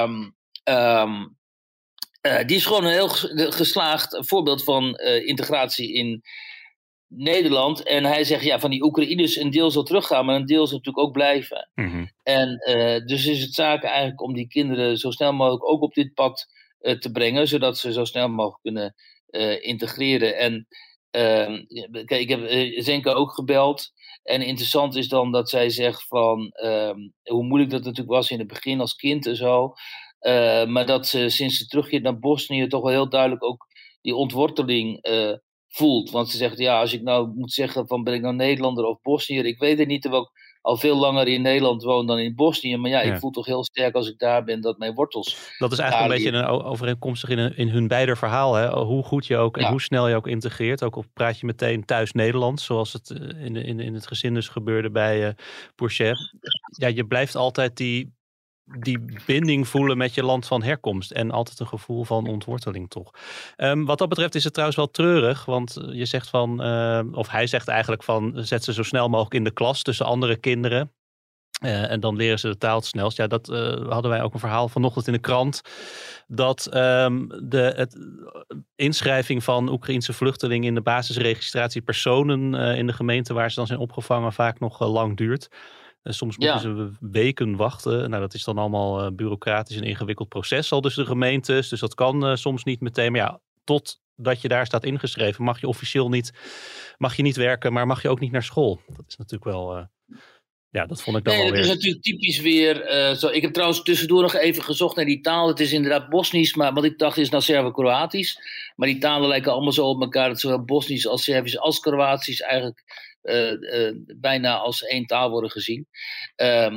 B: die is gewoon een heel geslaagd voorbeeld van integratie in Nederland. En hij zegt, ja, van die Oekraïners een deel zal teruggaan, maar een deel zal natuurlijk ook blijven. Mm-hmm. En dus is het zaak eigenlijk om die kinderen zo snel mogelijk ook op dit pad te brengen, zodat ze zo snel mogelijk kunnen integreren. En kijk, ik heb Zenka ook gebeld. En interessant is dan dat zij zegt van hoe moeilijk dat natuurlijk was in het begin als kind en zo. Maar dat ze sinds ze terugkeert naar Bosnië toch wel heel duidelijk ook die ontworteling voelt. Want ze zegt, ja, als ik nou moet zeggen van ben ik nou Nederlander of Bosniër, ik weet het niet, terwijl ik al veel langer in Nederland woon dan in Bosnië. Maar ja, ik voel toch heel sterk als ik daar ben dat mijn wortels...
C: Dat is eigenlijk een beetje overeenkomstig in hun beider verhaal. Hè? Hoe goed je ook en hoe snel je ook integreert. Ook al praat je meteen thuis Nederlands, zoals het in het gezin dus gebeurde bij Pourchet. Ja, je blijft altijd die binding voelen met je land van herkomst. En altijd een gevoel van ontworteling toch. Wat dat betreft is het trouwens wel treurig. Want je zegt van, of hij zegt eigenlijk van, zet ze zo snel mogelijk in de klas tussen andere kinderen. En dan leren ze de taal het snelst. Ja, dat hadden wij ook een verhaal vanochtend in de krant. Dat het inschrijving van Oekraïense vluchtelingen in de basisregistratie personen in de gemeente waar ze dan zijn opgevangen vaak nog lang duurt. Soms moeten ze weken wachten. Nou, dat is dan allemaal bureaucratisch en ingewikkeld proces al tussen de gemeentes. Dus dat kan soms niet meteen. Maar ja, totdat je daar staat ingeschreven mag je officieel niet werken, maar mag je ook niet naar school. Dat is natuurlijk wel... Ja, dat vond ik dan wel weer...
B: Dat is natuurlijk typisch weer... zo. Ik heb trouwens tussendoor nog even gezocht naar die taal. Het is inderdaad Bosnisch, maar wat ik dacht is nou Servo-Kroatisch. Maar die talen lijken allemaal zo op elkaar. Dat zowel Bosnisch als Servisch als Kroatisch eigenlijk bijna als één taal worden gezien.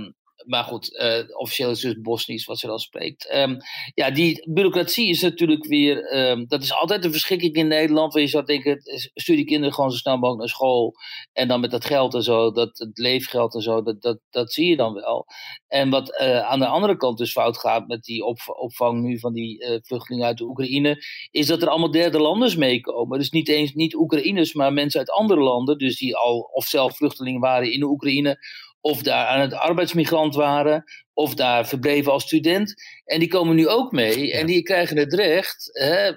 B: maar goed, officieel is het dus Bosnisch wat ze dan spreekt. Die bureaucratie is natuurlijk weer... dat is altijd een verschikking in Nederland. Waar je zou denken, stuur die kinderen gewoon zo snel mogelijk naar school. En dan met dat geld en zo, het leefgeld en zo, dat zie je dan wel. En wat aan de andere kant dus fout gaat met die opvang nu van die vluchtelingen uit de Oekraïne, is dat er allemaal derde landers meekomen. Dus niet Oekraïners, maar mensen uit andere landen. Dus die al of zelf vluchtelingen waren in de Oekraïne, of daar aan het arbeidsmigrant waren, of daar verbleven als student. En die komen nu ook mee en die krijgen het recht,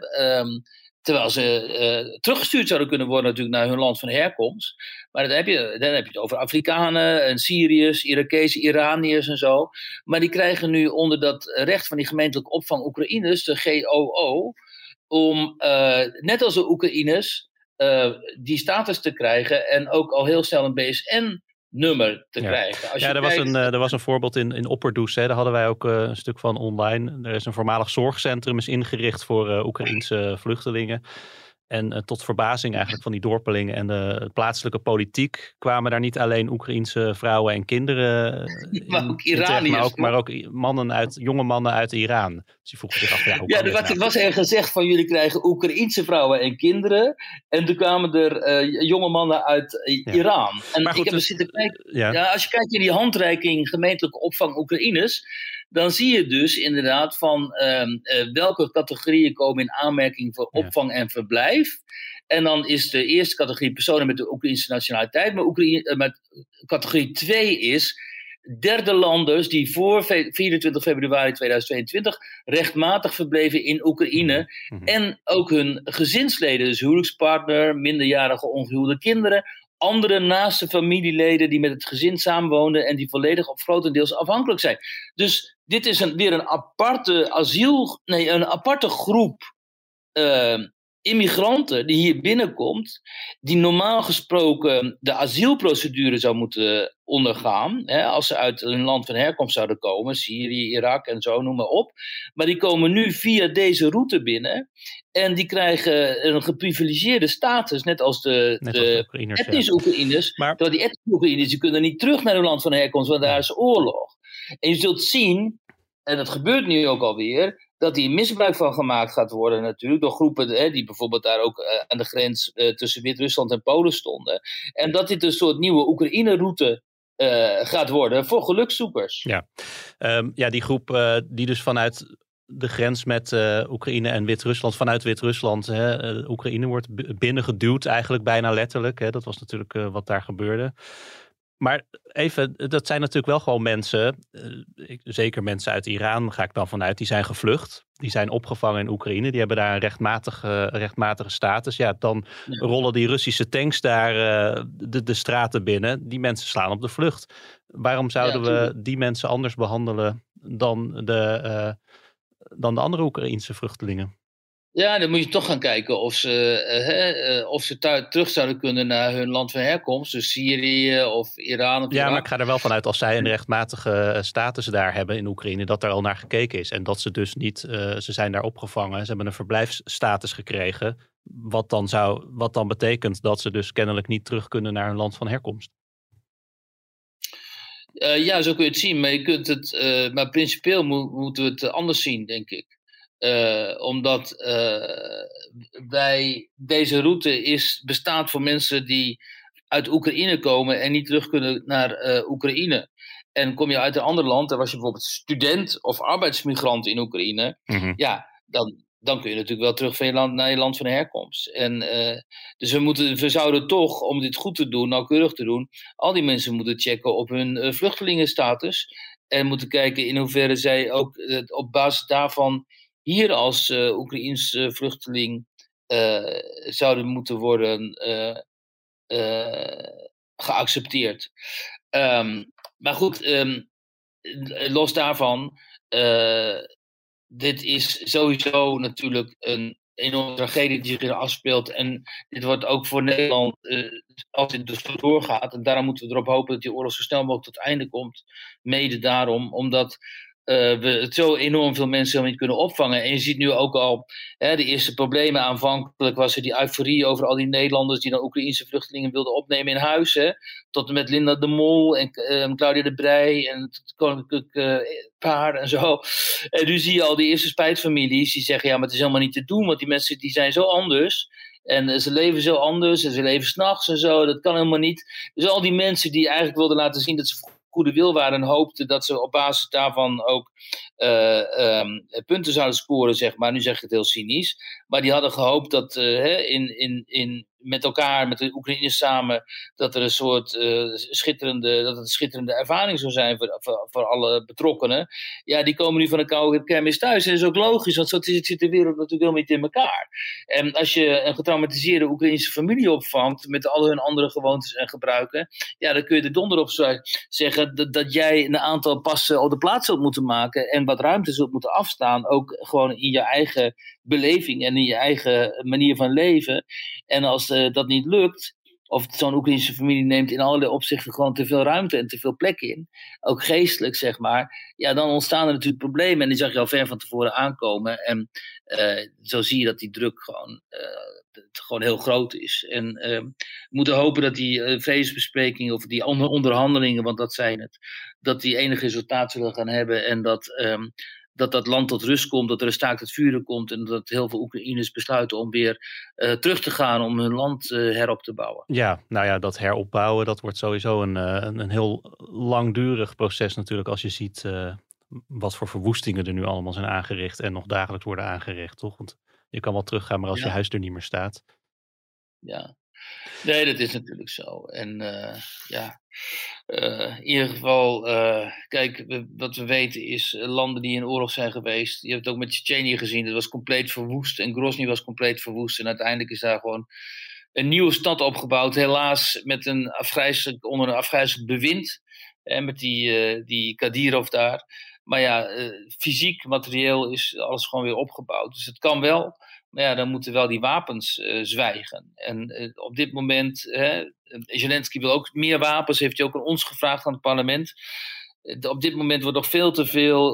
B: terwijl ze teruggestuurd zouden kunnen worden natuurlijk naar hun land van herkomst. Maar dan heb je het over Afrikanen en Syriërs, Irakezen, Iraniërs en zo. Maar die krijgen nu onder dat recht van die gemeentelijke opvang Oekraïners, de GOO, om net als de Oekraïners die status te krijgen en ook al heel snel een BSN-nummer te krijgen. Als
C: er was een voorbeeld in Opperdoes. Daar hadden wij ook een stuk van online. Er is een voormalig zorgcentrum is ingericht voor Oekraïense vluchtelingen. En tot verbazing eigenlijk van die dorpelingen en de plaatselijke politiek kwamen daar niet alleen Oekraïense vrouwen en kinderen
B: maar ook Iraniërs.
C: Maar ook jonge mannen uit Iran. Dus die vroegen zich af,
B: er was er gezegd van jullie krijgen Oekraïense vrouwen en kinderen. En toen kwamen er jonge mannen uit Iran. En
C: maar goed,
B: ik heb zitten kijken. Als je kijkt in die handreiking gemeentelijke opvang Oekraïners, dan zie je dus inderdaad van welke categorieën komen in aanmerking voor opvang en verblijf. En dan is de eerste categorie personen met de Oekraïnse nationaliteit. Maar categorie 2 is derde landers die voor 24 februari 2022 rechtmatig verbleven in Oekraïne. En ook hun gezinsleden, dus huwelijkspartner, minderjarige ongehuwde kinderen, andere naaste familieleden die met het gezin samenwoonden en die volledig of grotendeels afhankelijk zijn. Dus dit is weer een aparte groep immigranten die hier binnenkomt, die normaal gesproken de asielprocedure zou moeten ondergaan, als ze uit hun land van herkomst zouden komen, Syrië, Irak en zo, noem maar op. Maar die komen nu via deze route binnen en die krijgen een geprivilegeerde status, net als de etnische Oekraïners. Terwijl die etnische Oekraïners, die kunnen niet terug naar hun land van herkomst, want daar is oorlog. En je zult zien, en dat gebeurt nu ook alweer, dat hier misbruik van gemaakt gaat worden natuurlijk, door groepen die bijvoorbeeld daar ook aan de grens tussen Wit-Rusland en Polen stonden. En dat dit een soort nieuwe Oekraïne-route gaat worden voor gelukszoekers.
C: Die groep die dus vanuit de grens met Oekraïne en Wit-Rusland, vanuit Wit-Rusland, Oekraïne wordt binnengeduwd eigenlijk bijna letterlijk. Dat was natuurlijk wat daar gebeurde. Maar even, dat zijn natuurlijk wel gewoon mensen, zeker mensen uit Iran ga ik dan vanuit, die zijn gevlucht. Die zijn opgevangen in Oekraïne, die hebben daar een rechtmatige status. Ja, dan rollen die Russische tanks daar de straten binnen. Die mensen slaan op de vlucht. Waarom zouden we die mensen anders behandelen dan de andere Oekraïense vluchtelingen?
B: Ja, dan moet je toch gaan kijken of ze terug zouden kunnen naar hun land van herkomst. Dus Syrië of Iran. Of
C: Irak. Maar ik ga er wel vanuit, als zij een rechtmatige status daar hebben in Oekraïne, dat er al naar gekeken is. En dat ze dus niet, ze zijn daar opgevangen. Ze hebben een verblijfsstatus gekregen. Wat dan betekent dat ze dus kennelijk niet terug kunnen naar hun land van herkomst.
B: Zo kun je het zien. Maar principieel moeten we het anders zien, denk ik. Omdat deze route bestaat voor mensen die uit Oekraïne komen en niet terug kunnen naar Oekraïne. En kom je uit een ander land, dan was je bijvoorbeeld student of arbeidsmigrant in Oekraïne, dan kun je natuurlijk wel terug van naar je land van herkomst. En dus we zouden toch, om dit goed te doen, nauwkeurig te doen, al die mensen moeten checken op hun vluchtelingenstatus en moeten kijken in hoeverre zij ook op basis daarvan hier als Oekraïens vluchteling zouden moeten worden geaccepteerd. Maar goed, los daarvan, dit is sowieso natuurlijk een enorme tragedie die zich hier afspeelt. En dit wordt ook voor Nederland, als dit dus doorgaat, en daarom moeten we erop hopen dat die oorlog zo snel mogelijk tot einde komt. Mede daarom, omdat we zo enorm veel mensen helemaal niet kunnen opvangen. En je ziet nu ook al, de eerste problemen aanvankelijk was er die euforie over al die Nederlanders die dan Oekraïense vluchtelingen wilden opnemen in huis. Hè? Tot en met Linda de Mol en Claudia de Breij en het koninklijk paar en zo. En nu zie je al die eerste spijtfamilies die zeggen, ja, maar het is helemaal niet te doen, want die mensen die zijn zo anders. En ze leven zo anders en ze leven 's nachts en zo, dat kan helemaal niet. Dus al die mensen die eigenlijk wilden laten zien dat ze goede wil waren en hoopten dat ze op basis daarvan ook punten zouden scoren, zeg maar. Nu zeg ik het heel cynisch. Maar die hadden gehoopt dat met elkaar, met de Oekraïners samen, dat er een soort schitterende ervaring zou zijn voor alle betrokkenen. Ja, die komen nu van een koude kermis thuis. En dat is ook logisch, want zo zit de wereld natuurlijk helemaal niet in elkaar. En als je een getraumatiseerde Oekraïnse familie opvangt, met al hun andere gewoontes en gebruiken, ja, dan kun je er donder op zeggen dat jij een aantal passen op de plaats zult moeten maken en wat ruimte zult moeten afstaan, ook gewoon in je eigen beleving en in je eigen manier van leven. En als dat niet lukt, of zo'n Oekraïnse familie neemt in allerlei opzichten gewoon te veel ruimte en te veel plek in, ook geestelijk zeg maar, ja, dan ontstaan er natuurlijk problemen en die zag je al ver van tevoren aankomen. En zo zie je dat die druk gewoon heel groot is. En we moeten hopen dat die vredesbesprekingen of die onderhandelingen, want dat zijn het, dat die enig resultaat zullen gaan hebben en dat land tot rust komt, dat er een staakt het vuren komt en dat heel veel Oekraïners besluiten om weer terug te gaan om hun land herop te bouwen.
C: Ja, nou ja, dat heropbouwen, dat wordt sowieso een heel langdurig proces natuurlijk als je ziet wat voor verwoestingen er nu allemaal zijn aangericht en nog dagelijks worden aangericht, toch? Want je kan wel teruggaan, maar als je huis er niet meer staat.
B: Ja, nee, dat is natuurlijk zo. En in ieder geval, kijk, wat we weten is landen die in oorlog zijn geweest. Je hebt het ook met Tsjetsjenië gezien, dat was compleet verwoest. En Grozny was compleet verwoest. En uiteindelijk is daar gewoon een nieuwe stad opgebouwd. Helaas met onder een afgrijzelijk bewind. En met die Kadyrov daar. Maar ja, fysiek, materieel is alles gewoon weer opgebouwd. Dus het kan wel. Maar ja, dan moeten wel die wapens zwijgen. En op dit moment, Zelensky wil ook meer wapens, heeft hij ook aan ons gevraagd aan het parlement. Op dit moment wordt nog veel te veel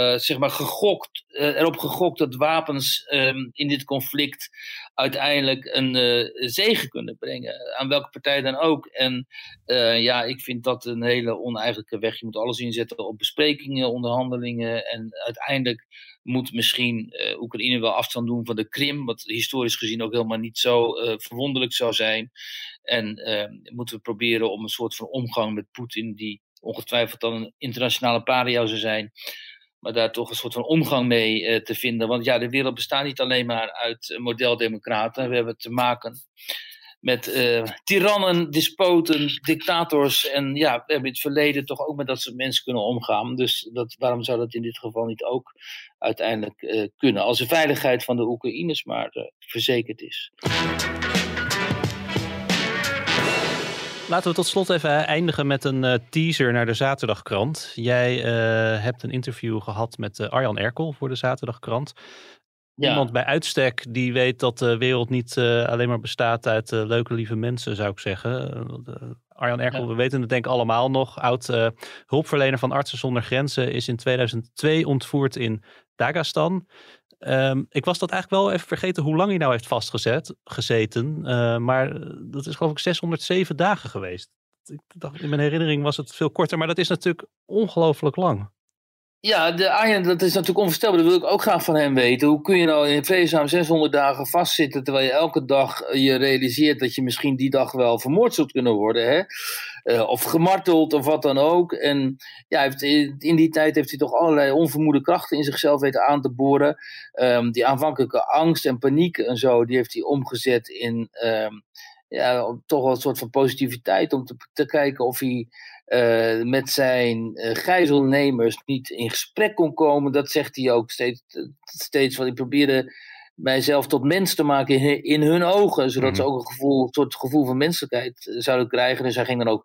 B: erop gegokt dat wapens in dit conflict uiteindelijk een zege kunnen brengen. Aan welke partij dan ook. En ik vind dat een hele oneigenlijke weg. Je moet alles inzetten op besprekingen, onderhandelingen. En uiteindelijk moet misschien Oekraïne wel afstand doen van de Krim, wat historisch gezien ook helemaal niet zo verwonderlijk zou zijn. En moeten we proberen om een soort van omgang met Poetin, die ongetwijfeld dan een internationale paria zou zijn, maar daar toch een soort van omgang mee te vinden. Want ja, de wereld bestaat niet alleen maar uit modeldemocraten. We hebben te maken met tirannen, despoten, dictators. En ja, we hebben in het verleden toch ook met dat soort mensen kunnen omgaan. Dus waarom zou dat in dit geval niet ook uiteindelijk kunnen? Als de veiligheid van de Oekraïners maar verzekerd is.
C: Laten we tot slot even eindigen met een teaser naar de Zaterdagkrant. Jij hebt een interview gehad met Arjan Erkel voor de Zaterdagkrant. Ja. Iemand bij uitstek die weet dat de wereld niet alleen maar bestaat uit leuke, lieve mensen, zou ik zeggen. Arjan Erkel, we weten het denk ik allemaal nog. Oud hulpverlener van Artsen zonder Grenzen, is in 2002 ontvoerd in Dagestan. Ik was dat eigenlijk wel even vergeten hoe lang hij nou heeft vastgezeten. Maar dat is geloof ik 607 dagen geweest. Ik dacht, in mijn herinnering was het veel korter, maar dat is natuurlijk ongelooflijk lang.
B: Ja, de Arjen, dat is natuurlijk onvoorstelbaar. Dat wil ik ook graag van hem weten. Hoe kun je nou in vredesnaam 600 dagen vastzitten, terwijl je elke dag je realiseert dat je misschien die dag wel vermoord zult kunnen worden, hè? Of gemarteld of wat dan ook. En ja, in die tijd heeft hij toch allerlei onvermoede krachten in zichzelf weten aan te boren. Die aanvankelijke angst en paniek en zo, die heeft hij omgezet in toch wel een soort van positiviteit. Om te kijken of hij met zijn gijzelnemers niet in gesprek kon komen. Dat zegt hij ook steeds. Want ik probeerde mijzelf tot mens te maken in hun ogen, zodat ze ook een soort gevoel van menselijkheid zouden krijgen. Dus hij ging dan ook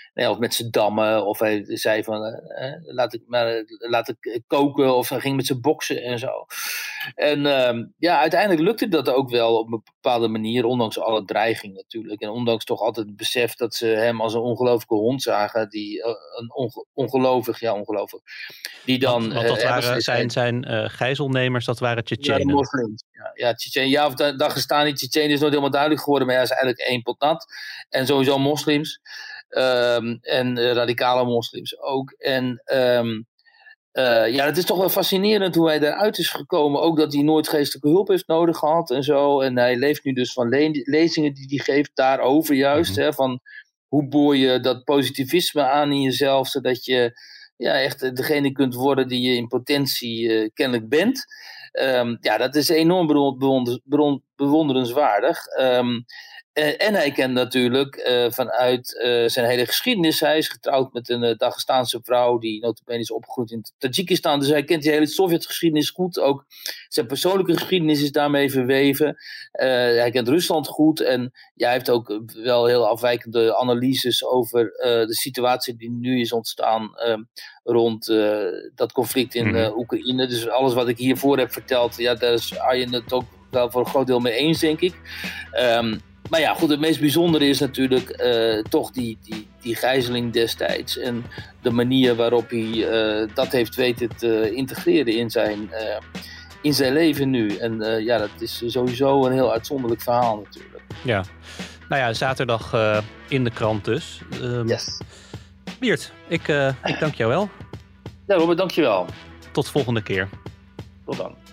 B: of met zijn dammen, of hij zei van laat ik koken, of hij ging met zijn boksen en zo. En uiteindelijk lukte dat ook wel op een bepaalde manier, ondanks alle dreiging natuurlijk. En ondanks toch altijd het besef dat ze hem als een ongelooflijke hond zagen, die ongelovig, die dan...
C: Want dat waren zijn gijzelnemers, dat waren Tsjetsjenen.
B: Ja, de moslims. Ja, Tsjetsjenen. Ja, of Dagestani, Tsjetsjenen is nooit helemaal duidelijk geworden, maar hij is eigenlijk één pot nat. En sowieso moslims. En radicale moslims ook. En het is toch wel fascinerend hoe hij eruit is gekomen. Ook dat hij nooit geestelijke hulp heeft nodig gehad en zo. En hij leeft nu dus van lezingen die hij geeft daarover juist. Hè, van hoe boor je dat positivisme aan in jezelf, zodat je echt degene kunt worden die je in potentie kennelijk bent. Dat is enorm bewonderenswaardig. En hij kent natuurlijk vanuit zijn hele geschiedenis. Hij is getrouwd met een Dagestaanse vrouw die nota bene is opgegroeid in Tajikistan. Dus hij kent die hele Sovjetgeschiedenis goed. Ook zijn persoonlijke geschiedenis is daarmee verweven. Hij kent Rusland goed. En hij heeft ook wel heel afwijkende analyses over de situatie die nu is ontstaan rond dat conflict in Oekraïne. Dus alles wat ik hiervoor heb verteld, daar is Arjen het ook wel voor een groot deel mee eens, denk ik. Maar ja, goed, het meest bijzondere is natuurlijk toch die gijzeling destijds. En de manier waarop hij dat heeft weten te integreren in zijn leven nu. En dat is sowieso een heel uitzonderlijk verhaal natuurlijk.
C: Ja, nou ja, zaterdag in de krant dus.
B: Yes.
C: Wiert, ik dank jou wel.
B: Ja, Robert, dank je wel.
C: Tot volgende keer.
B: Tot dan.